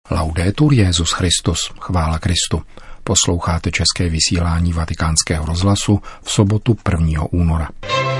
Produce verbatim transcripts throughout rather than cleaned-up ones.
Laudetur Jesus Christus, chvála Kristu. Posloucháte české vysílání Vatikánského rozhlasu v sobotu prvního února.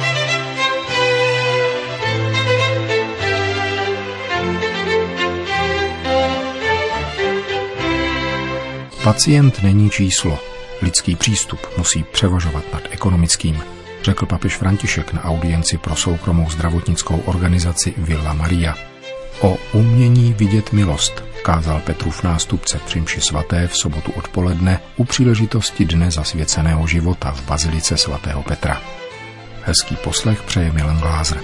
Pacient není číslo. Lidský přístup musí převažovat nad ekonomickým, řekl papež František na audienci pro soukromou zdravotnickou organizaci Villa Maria. O umění vidět milost kázal Petrův nástupce při mši svaté v sobotu odpoledne u příležitosti Dne zasvěceného života v bazilice svatého Petra. Hezký poslech přeje Milan Glázer.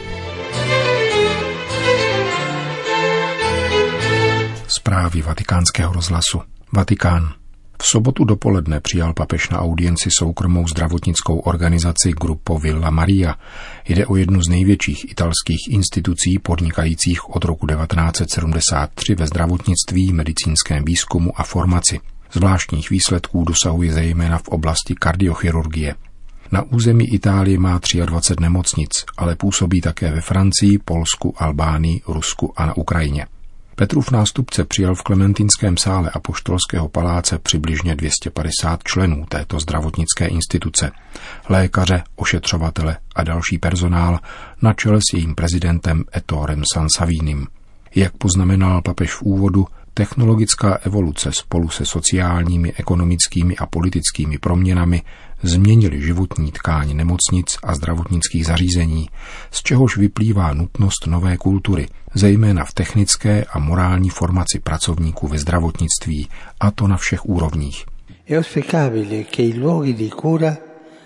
Zprávy Vatikánského rozhlasu. Vatikán. V sobotu dopoledne přijal papež na audienci soukromou zdravotnickou organizaci Gruppo Villa Maria. Jde o jednu z největších italských institucí podnikajících od roku devatenáct set sedmdesát tři ve zdravotnictví, medicínském výzkumu a formaci. Zvláštních výsledků dosahuje zejména v oblasti kardiochirurgie. Na území Itálie má dvacet tři nemocnic, ale působí také ve Francii, Polsku, Albánii, Rusku a na Ukrajině. Petrův nástupce přijal v Klementinském sále Apoštolského paláce přibližně dvě stě padesát členů této zdravotnické instituce, lékaře, ošetřovatele a další personál na čele s jejím prezidentem Ettorem Sansavinim. Jak poznamenal papež v úvodu, technologická evoluce spolu se sociálními, ekonomickými a politickými proměnami změnily životní tkáň nemocnic a zdravotnických zařízení, z čehož vyplývá nutnost nové kultury, zejména v technické a morální formaci pracovníků ve zdravotnictví, a to na všech úrovních. È auspicabile che i luoghi di cura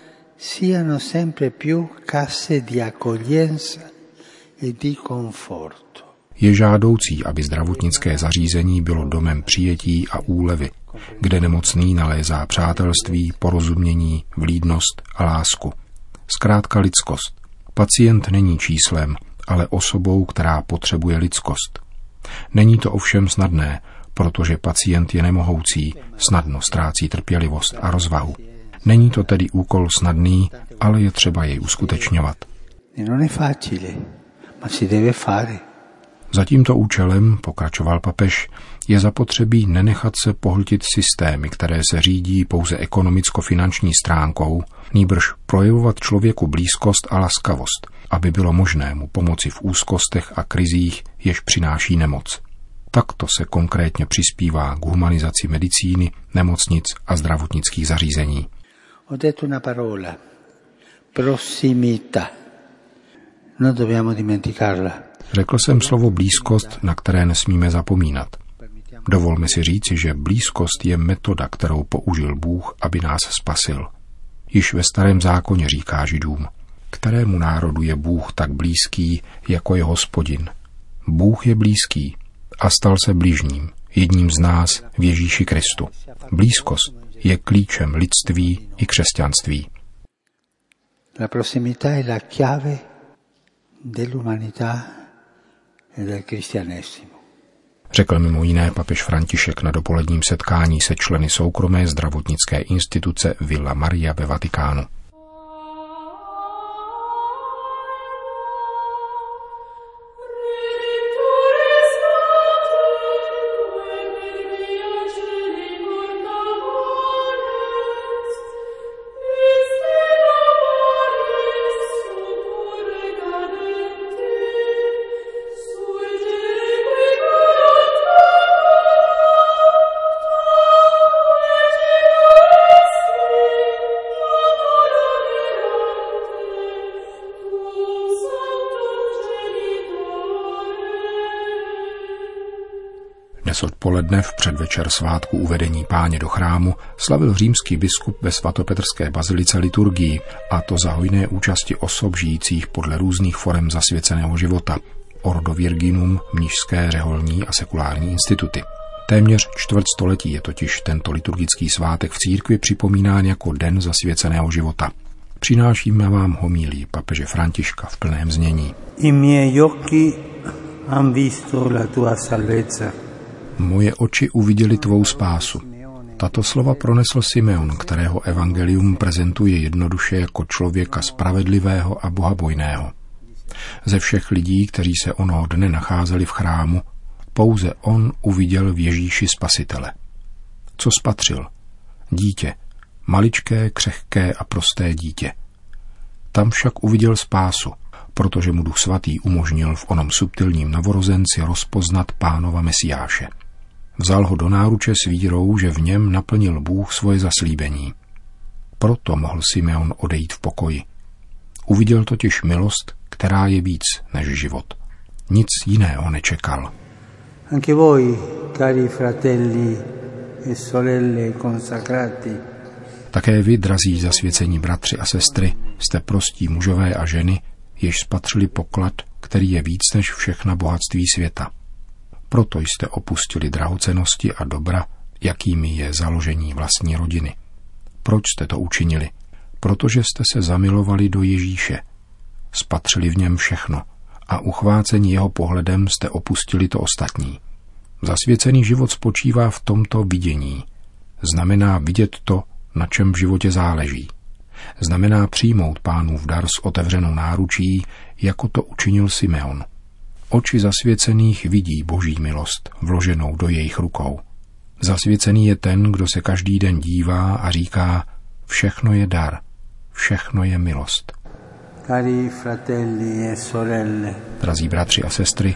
siano sempre più casse di accoglienza e di conforto. Je žádoucí, aby zdravotnické zařízení bylo domem přijetí a úlevy, kde nemocný nalézá přátelství, porozumění, vlídnost a lásku. Zkrátka lidskost. Pacient není číslem, ale osobou, která potřebuje lidskost. Není to ovšem snadné, protože pacient je nemohoucí, snadno ztrácí trpělivost a rozvahu. Není to tedy úkol snadný, ale je třeba jej uskutečňovat. Non è facile, ma si deve fare. Za tímto účelem, pokračoval papež, je zapotřebí nenechat se pohltit systémy, které se řídí pouze ekonomicko-finanční stránkou, nýbrž projevovat člověku blízkost a laskavost, aby bylo možné mu pomoci v úzkostech a krizích, jež přináší nemoc. Takto se konkrétně přispívá k humanizaci medicíny, nemocnic a zdravotnických zařízení. Ho detto una parola, prossimità. Non dobbiamo dimenticarla. Řekl jsem slovo blízkost, na které nesmíme zapomínat. Dovolme si říci, že blízkost je metoda, kterou použil Bůh, aby nás spasil. Již ve Starém zákoně říká Židům, kterému národu je Bůh tak blízký, jako je Hospodin. Bůh je blízký a stal se bližním, jedním z nás v Ježíši Kristu. Blízkost je klíčem lidství i křesťanství. La prossimità è la chiave dell'umanità e del cristianesimo. Řekl mimo jiné papež František na dopoledním setkání se členy soukromé zdravotnické instituce Villa Maria ve Vatikánu. Dnes odpoledne v předvečer svátku uvedení Páně do chrámu slavil římský biskup ve svatopetrské bazilice liturgii, a to za hojné účasti osob žijících podle různých forem zasvěceného života, Ordo Virginum, mnišské, řeholní a sekulární instituty. Téměř čtvrt století je totiž tento liturgický svátek v církvi připomínán jako Den zasvěceného života. Přinášíme vám homílii papeže Františka v plném znění. I miei occhi han visto la tua salvezza. Moje oči uviděly tvou spásu. Tato slova pronesl Simeon, kterého evangelium prezentuje jednoduše jako člověka spravedlivého a bohabojného. Ze všech lidí, kteří se onoho dne nacházeli v chrámu, pouze on uviděl v Ježíši Spasitele. Co spatřil? Dítě, maličké, křehké a prosté dítě. Tam však uviděl spásu, protože mu Duch Svatý umožnil v onom subtilním novorozenci rozpoznat Pánova Mesiáše. Vzal ho do náruče s vírou, že v něm naplnil Bůh svoje zaslíbení. Proto mohl Simeon odejít v pokoji. Uviděl totiž milost, která je víc než život. Nic jiného nečekal. Anche voi, cari fratelli e sorelle consacrati. Také vy, drazí zasvěcení bratři a sestry, jste prostí mužové a ženy, jež spatřili poklad, který je víc než všechna bohatství světa. Proto jste opustili drahocennosti a dobra, jakými je založení vlastní rodiny. Proč jste to učinili? Protože jste se zamilovali do Ježíše. Spatřili v něm všechno a uchvácení jeho pohledem jste opustili to ostatní. Zasvěcený život spočívá v tomto vidění. Znamená vidět to, na čem v životě záleží. Znamená přijmout Pánův dar s otevřenou náručí, jako to učinil Simeon. Oči zasvěcených vidí Boží milost, vloženou do jejich rukou. Zasvěcený je ten, kdo se každý den dívá a říká, všechno je dar, všechno je milost. Cari fratelli e sorelle, drazí bratři a sestry,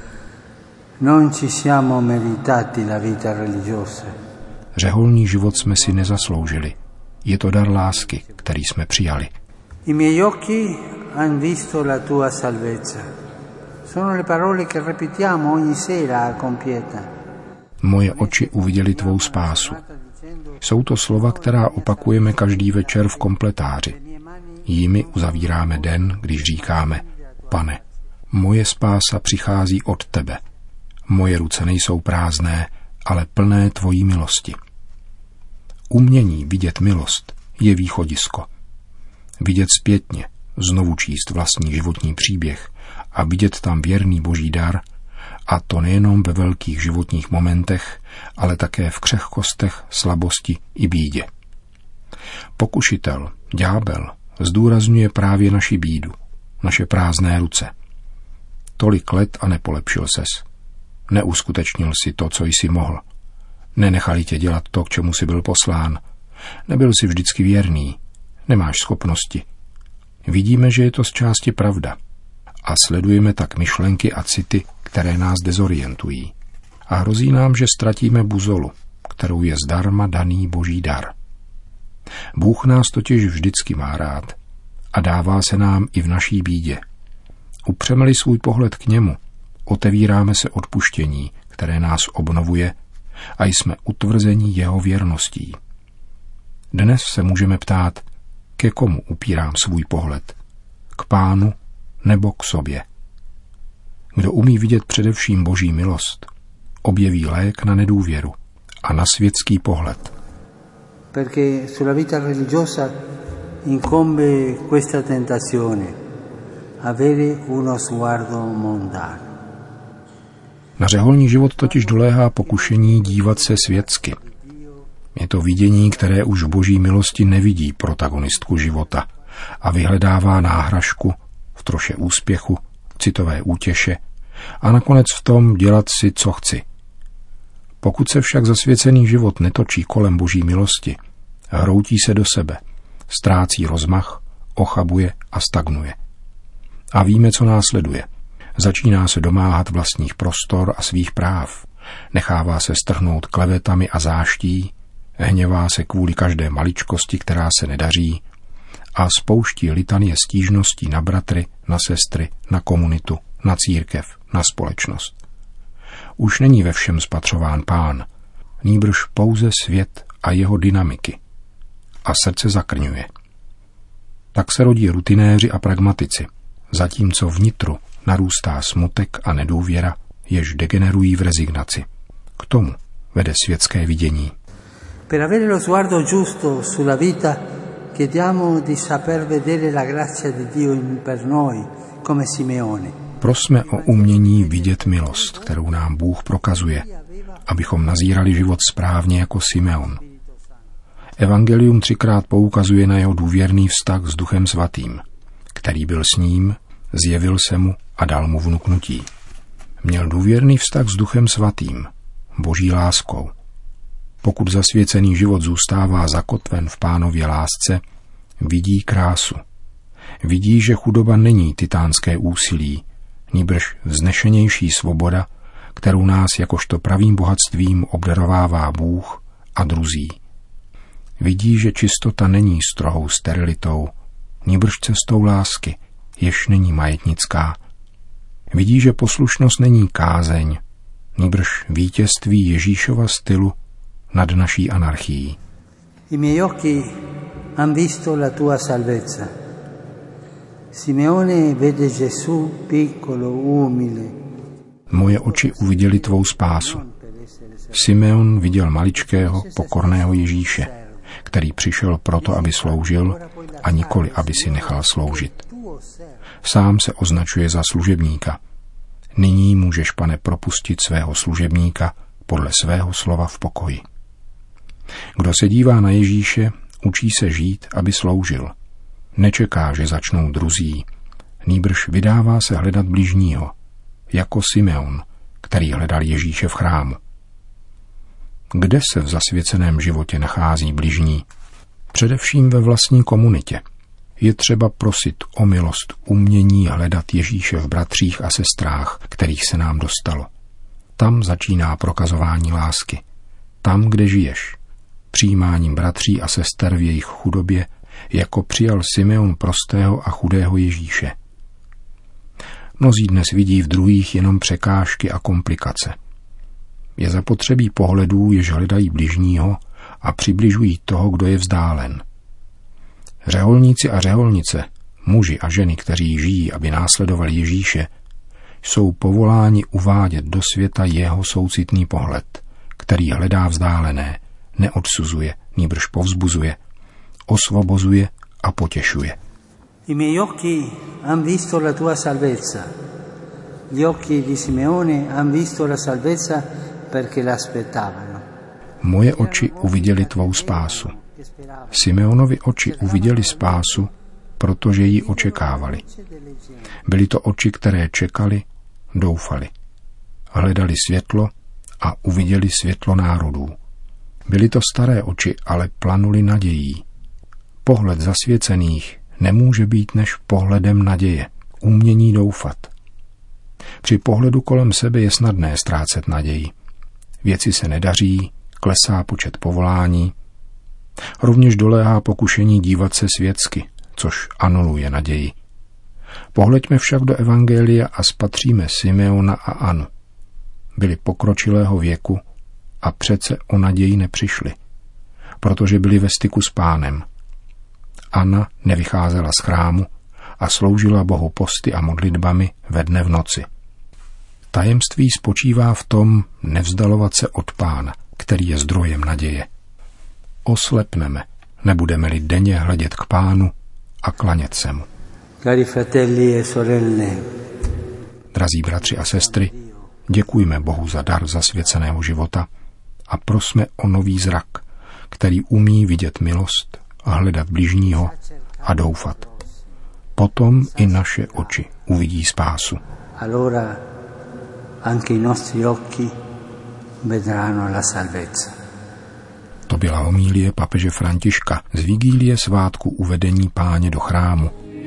non ci siamo meritati la vita religiosa. Řeholní život jsme si nezasloužili. Je to dar lásky, který jsme přijali. I miei occhi han visto la tua salvezza. Sono le parole che ripetiamo ogni sera a compieta. Moje oči uviděly tvou spásu. Jsou to slova, která opakujeme každý večer v kompletáři. Jimi uzavíráme den, když říkáme, Pane, moje spása přichází od tebe. Moje ruce nejsou prázdné, ale plné tvojí milosti. Umění vidět milost je východisko. Vidět zpětně, znovu číst vlastní životní příběh a vidět tam věrný Boží dar, a to nejenom ve velkých životních momentech, ale také v křehkostech, slabosti i bídě. Pokušitel, ďábel, zdůrazňuje právě naši bídu, naše prázdné ruce. Tolik let a nepolepšil ses. Neuskutečnil si to, co jsi mohl. Nenechali tě dělat to, k čemu jsi byl poslán. Nebyl jsi vždycky věrný. Nemáš schopnosti. Vidíme, že je to z části pravda. A sledujeme tak myšlenky a city, které nás dezorientují. A hrozí nám, že ztratíme buzolu, kterou je zdarma daný Boží dar. Bůh nás totiž vždycky má rád a dává se nám i v naší bídě. Upřeme-li svůj pohled k němu, otevíráme se odpuštění, které nás obnovuje, a jsme utvrzení jeho věrností. Dnes se můžeme ptát, ke komu upírám svůj pohled? K Pánu nebo k sobě? Kdo umí vidět především Boží milost, objeví lék na nedůvěru a na světský pohled. Perché sulla vita religiosa incombe questa tentazione, avere uno sguardo mondano. Na řeholní život totiž doléhá pokušení dívat se světsky. Je to vidění, které už v Boží milosti nevidí protagonistku života a vyhledává náhražku v troše úspěchu, citové útěše a nakonec v tom dělat si, co chci. Pokud se však zasvěcený život netočí kolem Boží milosti, hroutí se do sebe, ztrácí rozmach, ochabuje a stagnuje. A víme, co následuje. Začíná se domáhat vlastních prostor a svých práv, nechává se strhnout klevetami a záští, hněvá se kvůli každé maličkosti, která se nedaří, a spouští litanie stížností na bratry, na sestry, na komunitu, na církev, na společnost. Už není ve všem spatřován Pán, nýbrž pouze svět a jeho dynamiky. A srdce zakrňuje. Tak se rodí rutinéři a pragmatici, zatímco vnitru narůstá smutek a nedůvěra, jež degenerují v rezignaci. K tomu vede světské vidění. Per avere lo sguardo giusto sulla vita, chiediamo di saper vedere la grazia di Dio per noi, come Simeone. Prosme o umění vidět milost, kterou nám Bůh prokazuje, abychom nazírali život správně jako Simeon. Evangelium třikrát poukazuje na jeho důvěrný vztah s Duchem Svatým, který byl s ním, zjevil se mu a dal mu vnuknutí. Měl důvěrný vztah s Duchem svatým, Boží láskou. Pokud zasvěcený život zůstává zakotven v Pánově lásce, vidí krásu. Vidí, že chudoba není titánské úsilí, nýbrž vznešenější svoboda, kterou nás jakožto pravým bohatstvím obdarovává Bůh a druzí. Vidí, že čistota není strohou sterilitou, nýbrž cestou lásky, jež není majetnická. Vidí, že poslušnost není kázeň, nýbrž vítězství Ježíšova stylu nad naší anarchií. I miei occhi han visto la tua salvezza. Simeone vede Gesù piccolo, umile. Moje oči uviděli tvou spásu. Simeon viděl maličkého, pokorného Ježíše, který přišel proto, aby sloužil, a nikoli, aby si nechal sloužit. Sám se označuje za služebníka. Nyní můžeš, Pane, propustit svého služebníka podle svého slova v pokoji. Kdo se dívá na Ježíše, učí se žít, aby sloužil. Nečeká, že začnou druzí, nýbrž vydává se hledat bližního, jako Simeon, který hledal Ježíše v chrámu. Kde se v zasvěceném životě nachází bližní? Především ve vlastní komunitě. Je třeba prosit o milost umění hledat Ježíše v bratřích a sestrách, kterých se nám dostalo. Tam začíná prokazování lásky. Tam, kde žiješ. Přijímáním bratří a sester v jejich chudobě, jako přijal Simeon prostého a chudého Ježíše. Mnozí dnes vidí v druhých jenom překážky a komplikace. Je zapotřebí pohledů, jež hledají bližního a přibližují toho, kdo je vzdálen. Řeholníci a řeholnice, muži a ženy, kteří žijí, aby následovali Ježíše, jsou povoláni uvádět do světa jeho soucitný pohled, který hledá vzdálené, neodsuzuje, nýbrž povzbuzuje, osvobozuje a potěšuje. I miei occhi han visto la tua salvezza. Gli occhi di Simeone han visto la salvezza perché l'aspettavano. Moje oči uviděli tvou spásu. Simeonovi oči uviděli spásu, protože ji očekávali. Byly to oči, které čekali, doufali. Hledali světlo a uviděli světlo národů. Byly to staré oči, ale planuli nadějí. Pohled zasvěcených nemůže být než pohledem naděje, umění doufat. Při pohledu kolem sebe je snadné ztrácet naději. Věci se nedaří, klesá počet povolání. Rovněž doléhá pokušení dívat se světsky, což anuluje naději. Pohleďme však do evangelia a spatříme Simeona a Anu. Byli pokročilého věku a přece o naději nepřišli, protože byli ve styku s Pánem. Anna nevycházela z chrámu a sloužila Bohu posty a modlitbami ve dne v noci. Tajemství spočívá v tom nevzdalovat se od Pána, který je zdrojem naděje. Oslepneme, nebudeme-li denně hledět k Pánu a klanět se mu. Cari fratelli e sorelle, Drazí bratři a sestry, děkujme Bohu za dar zasvěceného života a prosme o nový zrak, který umí vidět milost a hledat bližního a doufat. Potom i naše oči uvidí spásu. Allora anche i nostri occhi vedranno la salvezza. To byla homilie papeže Františka z vigílie svátku uvedení Páně do chrámu.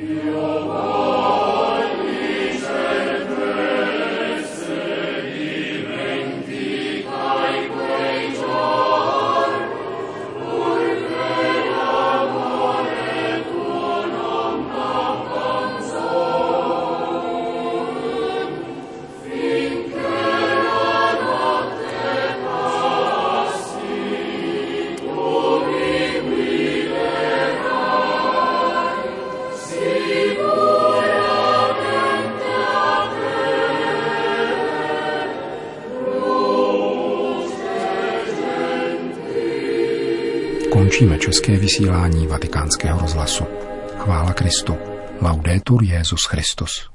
Končíme české vysílání Vatikánského rozhlasu. Chvála Kristu. Laudetur Jesus Christus.